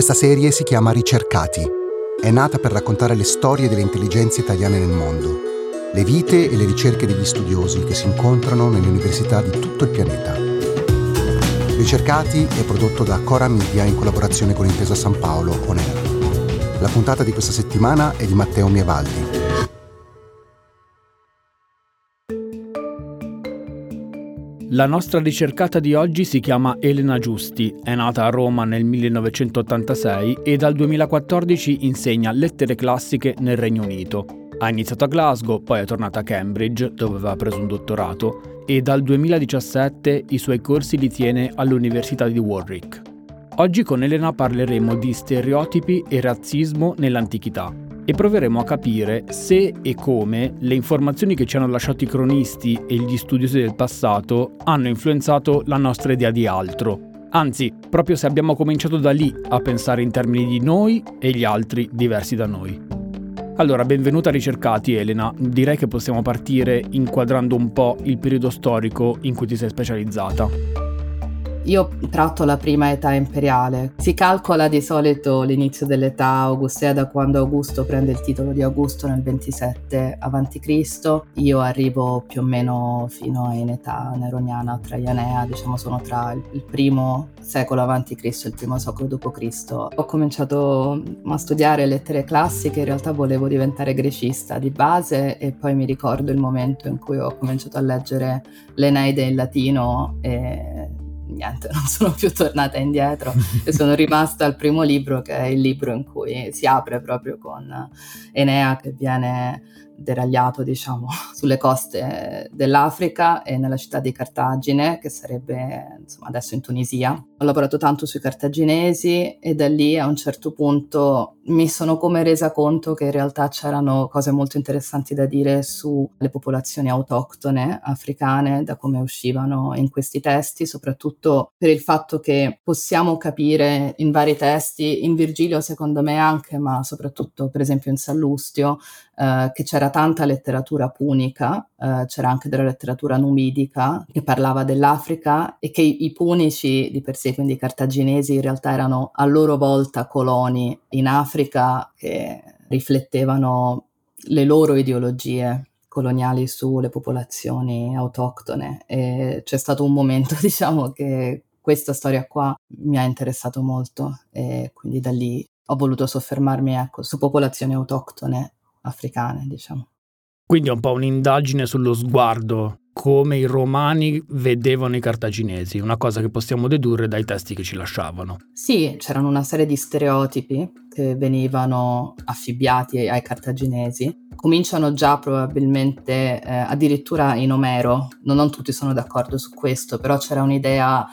Questa serie si chiama Ricercati. È nata per raccontare le storie delle intelligenze italiane nel mondo, le vite e le ricerche degli studiosi che si incontrano nelle università di tutto il pianeta. Ricercati è prodotto da Cora Media in collaborazione con Intesa San Paolo On Air. La puntata di questa settimana è di Matteo Mievaldi. La nostra ricercata di oggi si chiama Elena Giusti, è nata a Roma nel 1986 e dal 2014 insegna lettere classiche nel Regno Unito. Ha iniziato a Glasgow, poi è tornata a Cambridge, dove aveva preso un dottorato, e dal 2017 i suoi corsi li tiene all'Università di Warwick. Oggi con Elena parleremo di stereotipi e razzismo nell'antichità e proveremo a capire se e come le informazioni che ci hanno lasciato i cronisti e gli studiosi del passato hanno influenzato la nostra idea di altro. Anzi, proprio se abbiamo cominciato da lì a pensare in termini di noi e gli altri diversi da noi. Allora, benvenuta a Ricercati, Elena. Direi che possiamo partire inquadrando un po' il periodo storico in cui ti sei specializzata. Io tratto la prima età imperiale. Si calcola di solito l'inizio dell'età augustea da quando Augusto prende il titolo di Augusto nel 27 a.C. Io arrivo più o meno fino in età neroniana traianea, diciamo sono tra il primo secolo a.C. e il primo secolo d.C. Ho cominciato a studiare lettere classiche, in realtà volevo diventare grecista di base e poi mi ricordo il momento in cui ho cominciato a leggere l'Eneide in latino e niente, non sono più tornata indietro e sono rimasta al primo libro, che è il libro in cui si apre proprio con Enea che viene deragliato, diciamo, sulle coste dell'Africa e nella città di Cartagine, che sarebbe insomma adesso in Tunisia. Ho lavorato tanto sui cartaginesi e da lì a un certo punto mi sono come resa conto che in realtà c'erano cose molto interessanti da dire sulle popolazioni autoctone africane, da come uscivano in questi testi, soprattutto per il fatto che possiamo capire in vari testi, in Virgilio secondo me anche, ma soprattutto per esempio in Sallustio, che c'era tanta letteratura punica, c'era anche della letteratura numidica che parlava dell'Africa e che i punici di per sé, quindi i cartaginesi, in realtà erano a loro volta coloni in Africa che riflettevano le loro ideologie coloniali sulle popolazioni autoctone. E c'è stato un momento, diciamo, che questa storia qua mi ha interessato molto e quindi da lì ho voluto soffermarmi, ecco, su popolazioni autoctone africane, diciamo. Quindi è un po' un'indagine sullo sguardo, come i romani vedevano i cartaginesi, una cosa che possiamo dedurre dai testi che ci lasciavano. Sì, c'erano una serie di stereotipi che venivano affibbiati ai cartaginesi. Cominciano già probabilmente addirittura in Omero, non tutti sono d'accordo su questo, però c'era un'idea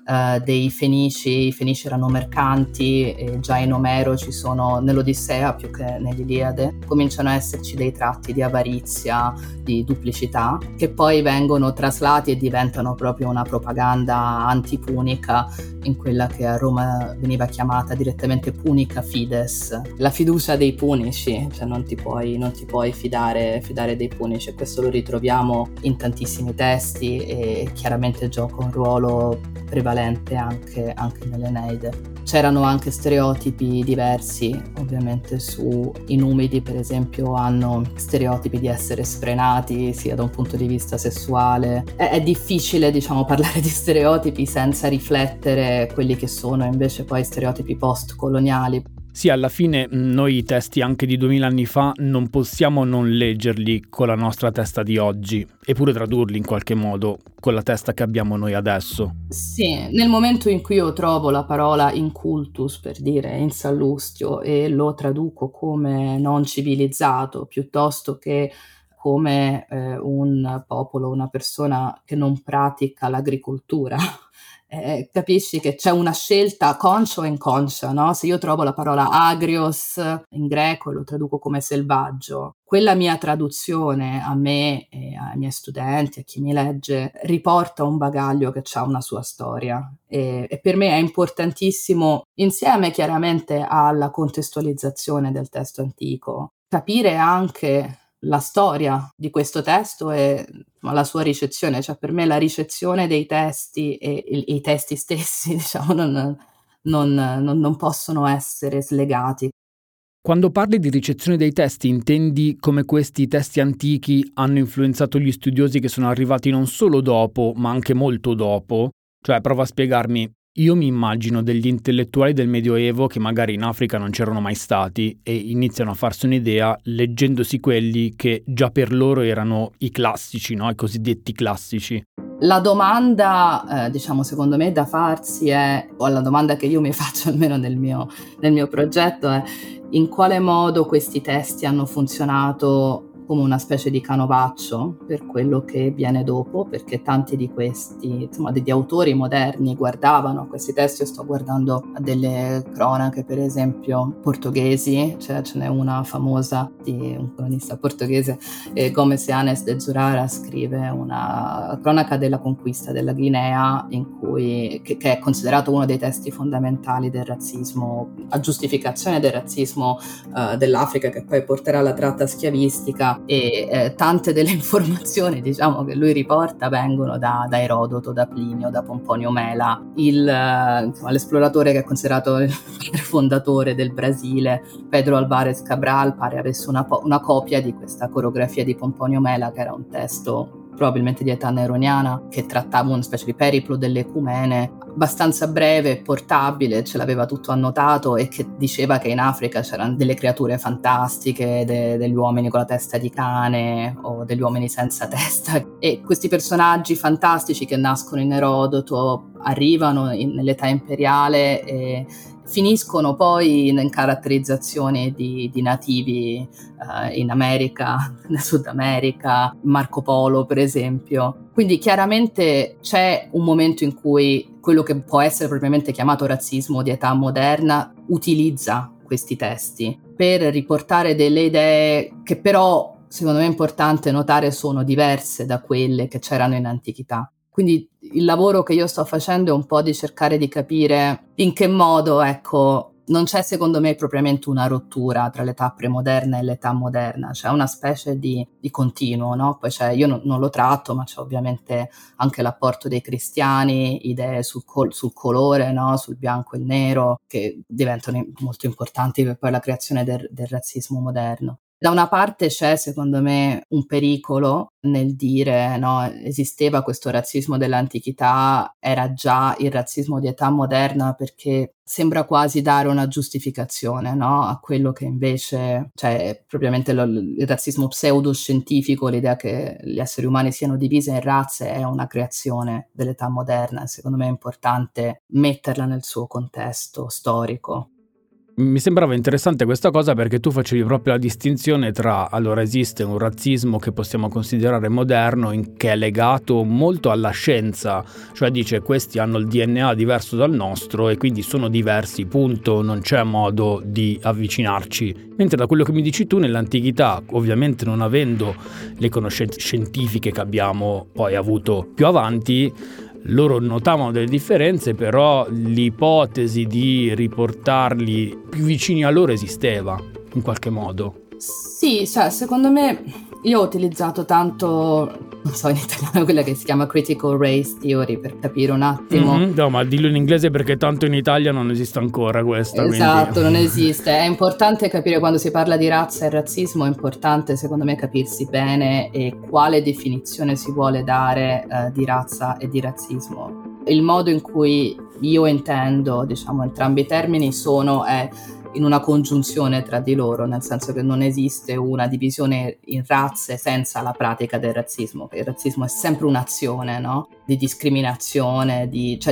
dei Fenici. I Fenici erano mercanti e già in Omero ci sono, nell'Odissea più che nell'Iliade, cominciano a esserci dei tratti di avarizia, di duplicità, che poi vengono traslati e diventano proprio una propaganda antipunica in quella che a Roma veniva chiamata direttamente punica fides, la fiducia dei punici, cioè non ti puoi fidare dei punici, e questo lo ritroviamo in tantissimi testi e chiaramente gioca un ruolo prevalente anche nell'Eneide. C'erano anche stereotipi diversi, ovviamente i Numidi per esempio hanno stereotipi di essere sfrenati sia da un punto di vista sessuale. È difficile, diciamo, parlare di stereotipi senza riflettere quelli che sono invece poi stereotipi post-coloniali. Sì, alla fine noi i testi anche di 2000 anni fa non possiamo non leggerli con la nostra testa di oggi, eppure tradurli in qualche modo con la testa che abbiamo noi adesso. Sì, nel momento in cui io trovo la parola incultus, per dire, in Sallustio, e lo traduco come non civilizzato, piuttosto che come un popolo, una persona che non pratica l'agricoltura, capisci che c'è una scelta conscia o inconscia, no? Se io trovo la parola agrios in greco e lo traduco come selvaggio, quella mia traduzione a me e ai miei studenti, a chi mi legge, riporta un bagaglio che ha una sua storia e per me è importantissimo, insieme chiaramente alla contestualizzazione del testo antico, capire anche la storia di questo testo e la sua ricezione, cioè per me la ricezione dei testi e i testi stessi, diciamo, non possono essere slegati. Quando parli di ricezione dei testi, intendi come questi testi antichi hanno influenzato gli studiosi che sono arrivati non solo dopo, ma anche molto dopo? Cioè, prova a spiegarmi. Io mi immagino degli intellettuali del Medioevo che magari in Africa non c'erano mai stati e iniziano a farsi un'idea leggendosi quelli che già per loro erano i classici, no? I cosiddetti classici. La domanda, diciamo, secondo me da farsi o la domanda che io mi faccio almeno nel mio progetto è: in quale modo questi testi hanno funzionato come una specie di canovaccio per quello che viene dopo, perché tanti di questi, insomma, degli autori moderni guardavano questi testi. Io sto guardando a delle cronache, per esempio, portoghesi, ce n'è una famosa di un cronista portoghese, Gomes Yanes de Zurara, scrive una cronaca della conquista della Guinea, in cui che è considerato uno dei testi fondamentali del razzismo, a giustificazione del razzismo dell'Africa, che poi porterà alla tratta schiavistica, e tante delle informazioni, diciamo, che lui riporta vengono da Erodoto, da Plinio, da Pomponio Mela, l'esploratore che è considerato il fondatore del Brasile, Pedro Álvares Cabral, pare avesse una copia di questa coreografia di Pomponio Mela, che era un testo probabilmente di età neroniana, che trattava una specie di periplo delle ecumene, abbastanza breve, portabile, ce l'aveva tutto annotato, e che diceva che in Africa c'erano delle creature fantastiche, degli uomini con la testa di cane o degli uomini senza testa, e questi personaggi fantastici che nascono in Erodoto arrivano nell'età imperiale e finiscono poi in caratterizzazioni di nativi in America, in Sud America, Marco Polo per esempio. Quindi chiaramente c'è un momento in cui quello che può essere propriamente chiamato razzismo di età moderna utilizza questi testi per riportare delle idee che però, secondo me è importante notare, sono diverse da quelle che c'erano in antichità. Quindi il lavoro che io sto facendo è un po' di cercare di capire in che modo, ecco, non c'è secondo me propriamente una rottura tra l'età premoderna e l'età moderna, c'è una specie di continuo, no? Poi io non lo tratto, ma c'è ovviamente anche l'apporto dei cristiani, idee sul colore, no? Sul bianco e il nero, che diventano molto importanti per poi la creazione del razzismo moderno. Da una parte c'è, secondo me, un pericolo nel dire, no, esisteva questo razzismo dell'antichità, era già il razzismo di età moderna, perché sembra quasi dare una giustificazione, no, a quello che invece, cioè propriamente il razzismo pseudoscientifico, l'idea che gli esseri umani siano divisi in razze, è una creazione dell'età moderna. Secondo me è importante metterla nel suo contesto storico. Mi sembrava interessante questa cosa perché tu facevi proprio la distinzione tra, allora, esiste un razzismo che possiamo considerare moderno, che è legato molto alla scienza, cioè dice questi hanno il DNA diverso dal nostro e quindi sono diversi, punto, non c'è modo di avvicinarci. Mentre da quello che mi dici tu, nell'antichità, ovviamente non avendo le conoscenze scientifiche che abbiamo poi avuto più avanti, loro notavano delle differenze, però l'ipotesi di riportarli più vicini a loro esisteva, in qualche modo. Sì, cioè, secondo me, io ho utilizzato tanto, non so in italiano, quella che si chiama critical race theory, per capire un attimo. No, ma dillo in inglese perché tanto in Italia non esiste ancora questa. Esatto, quindi... non esiste. È importante capire, quando si parla di razza e razzismo, è importante secondo me capirsi bene e quale definizione si vuole dare di razza e di razzismo. Il modo in cui io intendo, diciamo, entrambi i termini è in una congiunzione tra di loro, nel senso che non esiste una divisione in razze senza la pratica del razzismo, che il razzismo è sempre un'azione, no? Di discriminazione,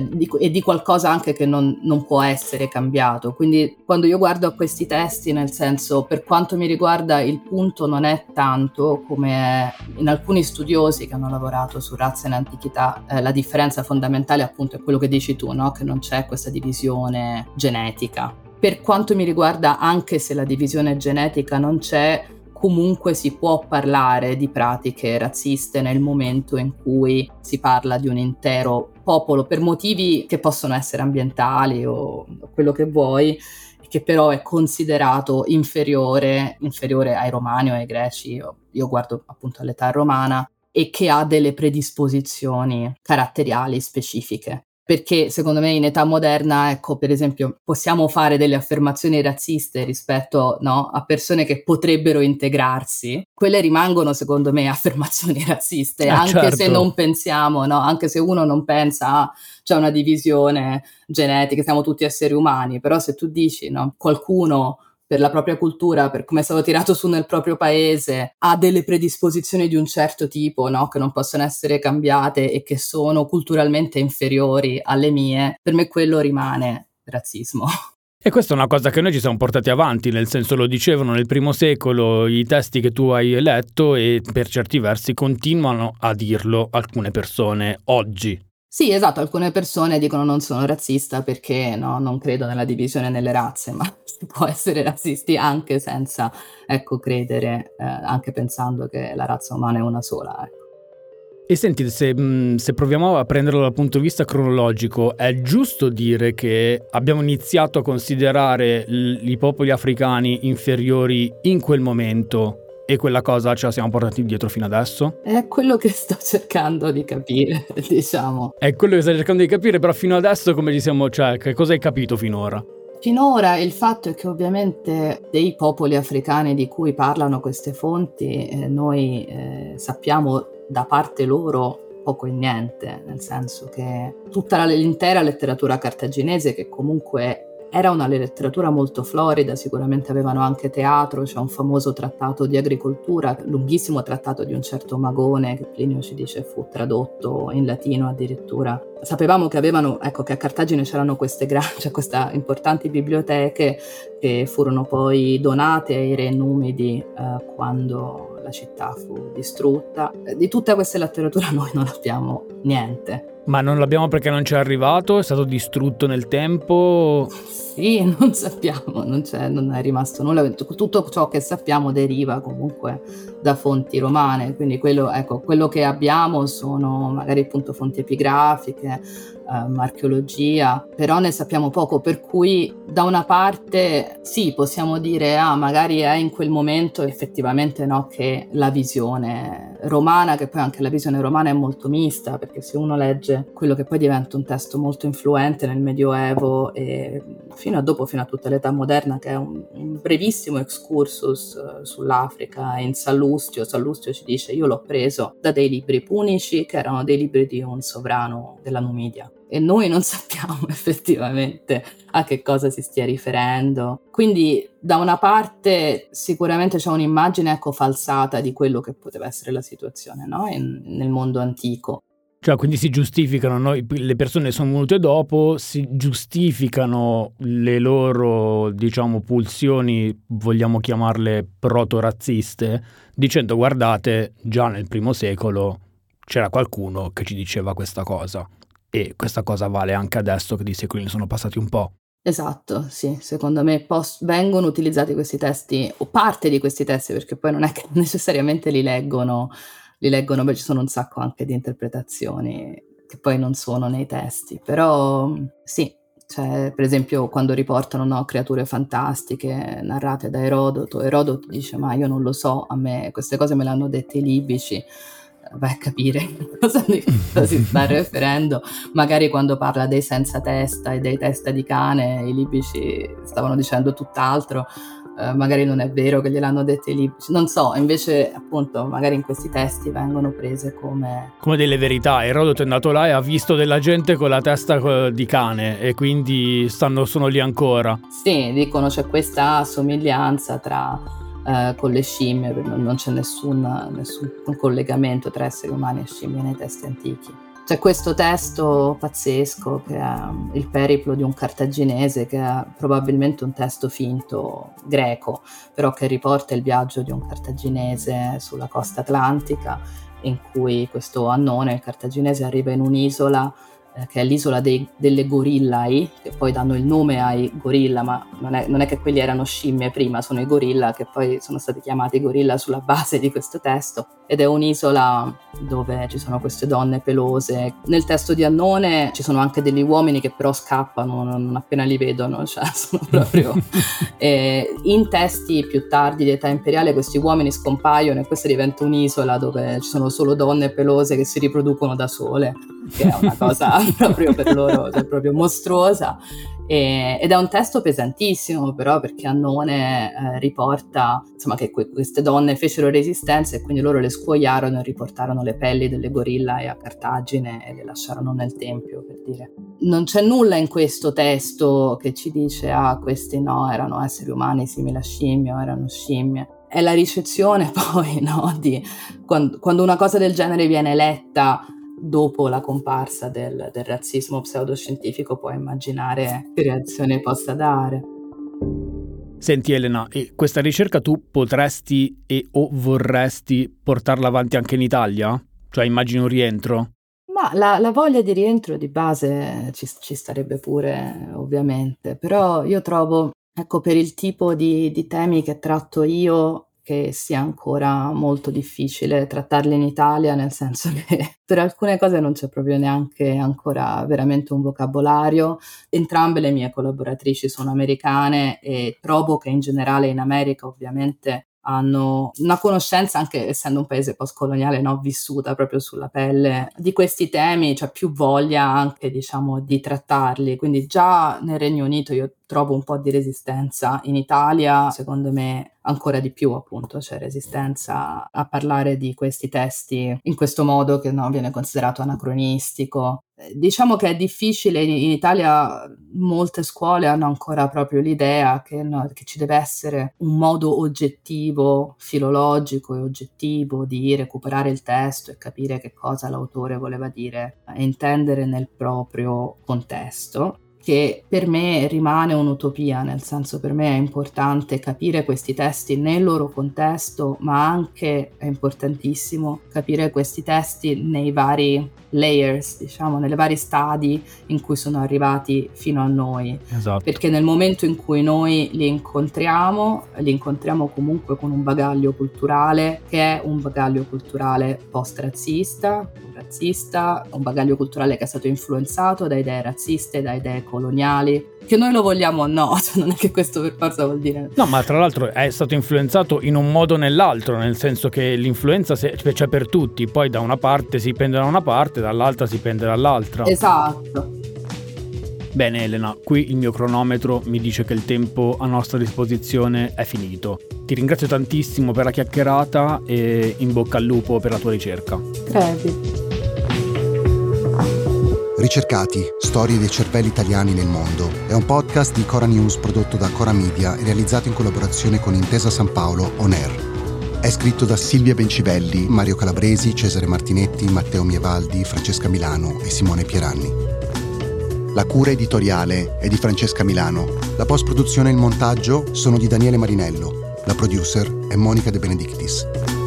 e di qualcosa anche che non può essere cambiato. Quindi quando io guardo a questi testi, nel senso, per quanto mi riguarda, il punto non è tanto come è in alcuni studiosi che hanno lavorato su razze in antichità, la differenza fondamentale appunto è quello che dici tu, no? Che non c'è questa divisione genetica. Per quanto mi riguarda, anche se la divisione genetica non c'è, comunque si può parlare di pratiche razziste nel momento in cui si parla di un intero popolo, per motivi che possono essere ambientali o quello che vuoi, che però è considerato inferiore ai romani o ai greci. Io guardo appunto all'età romana, e che ha delle predisposizioni caratteriali specifiche. perché secondo me in età moderna, ecco, per esempio, possiamo fare delle affermazioni razziste rispetto, no, a persone che potrebbero integrarsi. Quelle rimangono secondo me affermazioni razziste, anche se non pensiamo, no, anche se uno non pensa c'è una divisione genetica, siamo tutti esseri umani, però se tu dici, no, qualcuno per la propria cultura, per come è stato tirato su nel proprio paese, ha delle predisposizioni di un certo tipo, no? Che non possono essere cambiate e che sono culturalmente inferiori alle mie, per me quello rimane razzismo. E questa è una cosa che noi ci siamo portati avanti, nel senso lo dicevano nel primo secolo i testi che tu hai letto e per certi versi continuano a dirlo alcune persone oggi. Sì, esatto, alcune persone dicono non sono razzista perché no, non credo nella divisione nelle razze, ma si può essere razzisti anche senza, ecco, credere, anche pensando che la razza umana è una sola, ecco. E senti, se proviamo a prenderlo dal punto di vista cronologico, è giusto dire che abbiamo iniziato a considerare i popoli africani inferiori in quel momento e quella cosa ce la siamo portati dietro fino adesso? È quello che sto cercando di capire, diciamo. È quello che stai cercando di capire, però fino adesso come ci siamo, cioè, che cosa hai capito finora? Finora il fatto è che ovviamente dei popoli africani di cui parlano queste fonti noi sappiamo da parte loro poco e niente, nel senso che tutta l'intera letteratura cartaginese, che comunque era una letteratura molto florida, sicuramente avevano anche teatro, c'è un famoso trattato di agricoltura, lunghissimo trattato di un certo Magone, che Plinio ci dice fu tradotto in latino addirittura. Sapevamo che avevano, ecco, che a Cartagine c'erano queste importanti biblioteche che furono poi donate ai re numidi quando la città fu distrutta. Di tutta questa letteratura noi non abbiamo niente. Ma non l'abbiamo perché non ci è arrivato? È stato distrutto nel tempo? Sì, non sappiamo, non è rimasto nulla. Tutto ciò che sappiamo deriva comunque da fonti romane, quindi quello che abbiamo sono magari appunto fonti epigrafiche, archeologia, però ne sappiamo poco, per cui da una parte sì, possiamo dire magari è in quel momento effettivamente no, che la visione romana, che poi anche la visione romana è molto mista, perché se uno legge quello che poi diventa un testo molto influente nel Medioevo e fino a tutta l'età moderna, che è un brevissimo excursus sull'Africa in Sallustio ci dice: io l'ho preso da dei libri punici che erano dei libri di un sovrano della Numidia, e noi non sappiamo effettivamente a che cosa si stia riferendo. Quindi da una parte sicuramente c'è un'immagine falsata di quello che poteva essere la situazione, no? Nel mondo antico. Cioè, quindi si giustificano, no? Le persone sono venute dopo, si giustificano le loro, diciamo, pulsioni, vogliamo chiamarle proto-razziste, dicendo: guardate, già nel primo secolo c'era qualcuno che ci diceva questa cosa. E questa cosa vale anche adesso che di secoli ne sono passati un po'. Esatto, sì, secondo me vengono utilizzati questi testi, o parte di questi testi, perché poi non è che necessariamente li leggono, beh, ci sono un sacco anche di interpretazioni che poi non sono nei testi, però sì, cioè per esempio quando riportano creature fantastiche narrate da Erodoto dice: ma io non lo so, a me queste cose me le hanno dette i libici. Vai a capire cosa si sta riferendo. Magari quando parla dei senza testa e dei testa di cane, i libici stavano dicendo tutt'altro, magari non è vero che gliel'hanno detto i libici, non so, invece appunto magari in questi testi vengono prese come delle verità. Erodoto è andato là e ha visto della gente con la testa di cane e quindi sono lì ancora. Sì, dicono c'è questa somiglianza con le scimmie, non c'è nessun collegamento tra esseri umani e scimmie nei testi antichi. C'è questo testo pazzesco che è il periplo di un cartaginese, che è probabilmente un testo finto greco, però che riporta il viaggio di un cartaginese sulla costa atlantica, in cui questo Annone, il cartaginese, arriva in un'isola che è l'isola delle gorillai, che poi danno il nome ai gorilla, ma non è che quelli erano scimmie prima, sono i gorilla che poi sono stati chiamati gorilla sulla base di questo testo, ed è un'isola dove ci sono queste donne pelose. Nel testo di Annone ci sono anche degli uomini che però scappano non appena li vedono, cioè sono proprio in testi più tardi di età imperiale questi uomini scompaiono e questa diventa un'isola dove ci sono solo donne pelose che si riproducono da sole. che è una cosa proprio per loro, cioè proprio mostruosa. Ed è un testo pesantissimo, però, perché Annone riporta, insomma, che queste donne fecero resistenza e quindi loro le scuoiarono e riportarono le pelli delle gorillae a Cartagine e le lasciarono nel tempio, per dire. Non c'è nulla in questo testo che ci dice questi no, erano esseri umani simili a scimmie o erano scimmie. È la ricezione poi, no, di quando una cosa del genere viene letta dopo la comparsa del razzismo pseudoscientifico, puoi immaginare che reazione possa dare. Senti Elena, e questa ricerca tu potresti o vorresti portarla avanti anche in Italia? Cioè immagini un rientro? Ma la voglia di rientro di base ci starebbe pure, ovviamente, però io trovo, ecco, per il tipo di temi che tratto io, che sia ancora molto difficile trattarli in Italia, nel senso che per alcune cose non c'è proprio neanche ancora veramente un vocabolario. Entrambe le mie collaboratrici sono americane e trovo che in generale in America ovviamente hanno una conoscenza, anche essendo un paese postcoloniale, no, vissuta proprio sulla pelle di questi temi, cioè più voglia anche, diciamo, di trattarli. Quindi già nel Regno Unito io trovo un po' di resistenza. In Italia, secondo me, ancora di più, appunto, c'è resistenza a parlare di questi testi in questo modo che, no, viene considerato anacronistico. Diciamo che è difficile, in Italia molte scuole hanno ancora proprio l'idea che ci deve essere un modo oggettivo, filologico e oggettivo di recuperare il testo e capire che cosa l'autore voleva dire e intendere nel proprio contesto, che per me rimane un'utopia, nel senso, per me è importante capire questi testi nel loro contesto, ma anche è importantissimo capire questi testi nei vari layers, diciamo, nei vari stadi in cui sono arrivati fino a noi. Esatto. Perché nel momento in cui noi li incontriamo comunque con un bagaglio culturale che è un bagaglio culturale post-razzista, razzista, un bagaglio culturale che è stato influenzato da idee razziste, da idee coloniali, che noi lo vogliamo o no, cioè non è che questo per forza vuol dire... No, ma tra l'altro è stato influenzato in un modo o nell'altro, nel senso che l'influenza c'è per tutti, poi da una parte si pende da una parte, dall'altra si pende dall'altra. Esatto. Bene Elena, qui il mio cronometro mi dice che il tempo a nostra disposizione è finito. Ti ringrazio tantissimo per la chiacchierata e in bocca al lupo per la tua ricerca. Crepi. Ricercati, storie dei cervelli italiani nel mondo è un podcast di Cora News prodotto da Cora Media e realizzato in collaborazione con Intesa San Paolo On Air. È scritto da Silvia Bencivelli, Mario Calabresi, Cesare Martinetti, Matteo Mievaldi, Francesca Milano e Simone Pieranni. La cura editoriale è di Francesca Milano. La post-produzione e il montaggio sono di Daniele Marinello. La producer è Monica De Benedictis.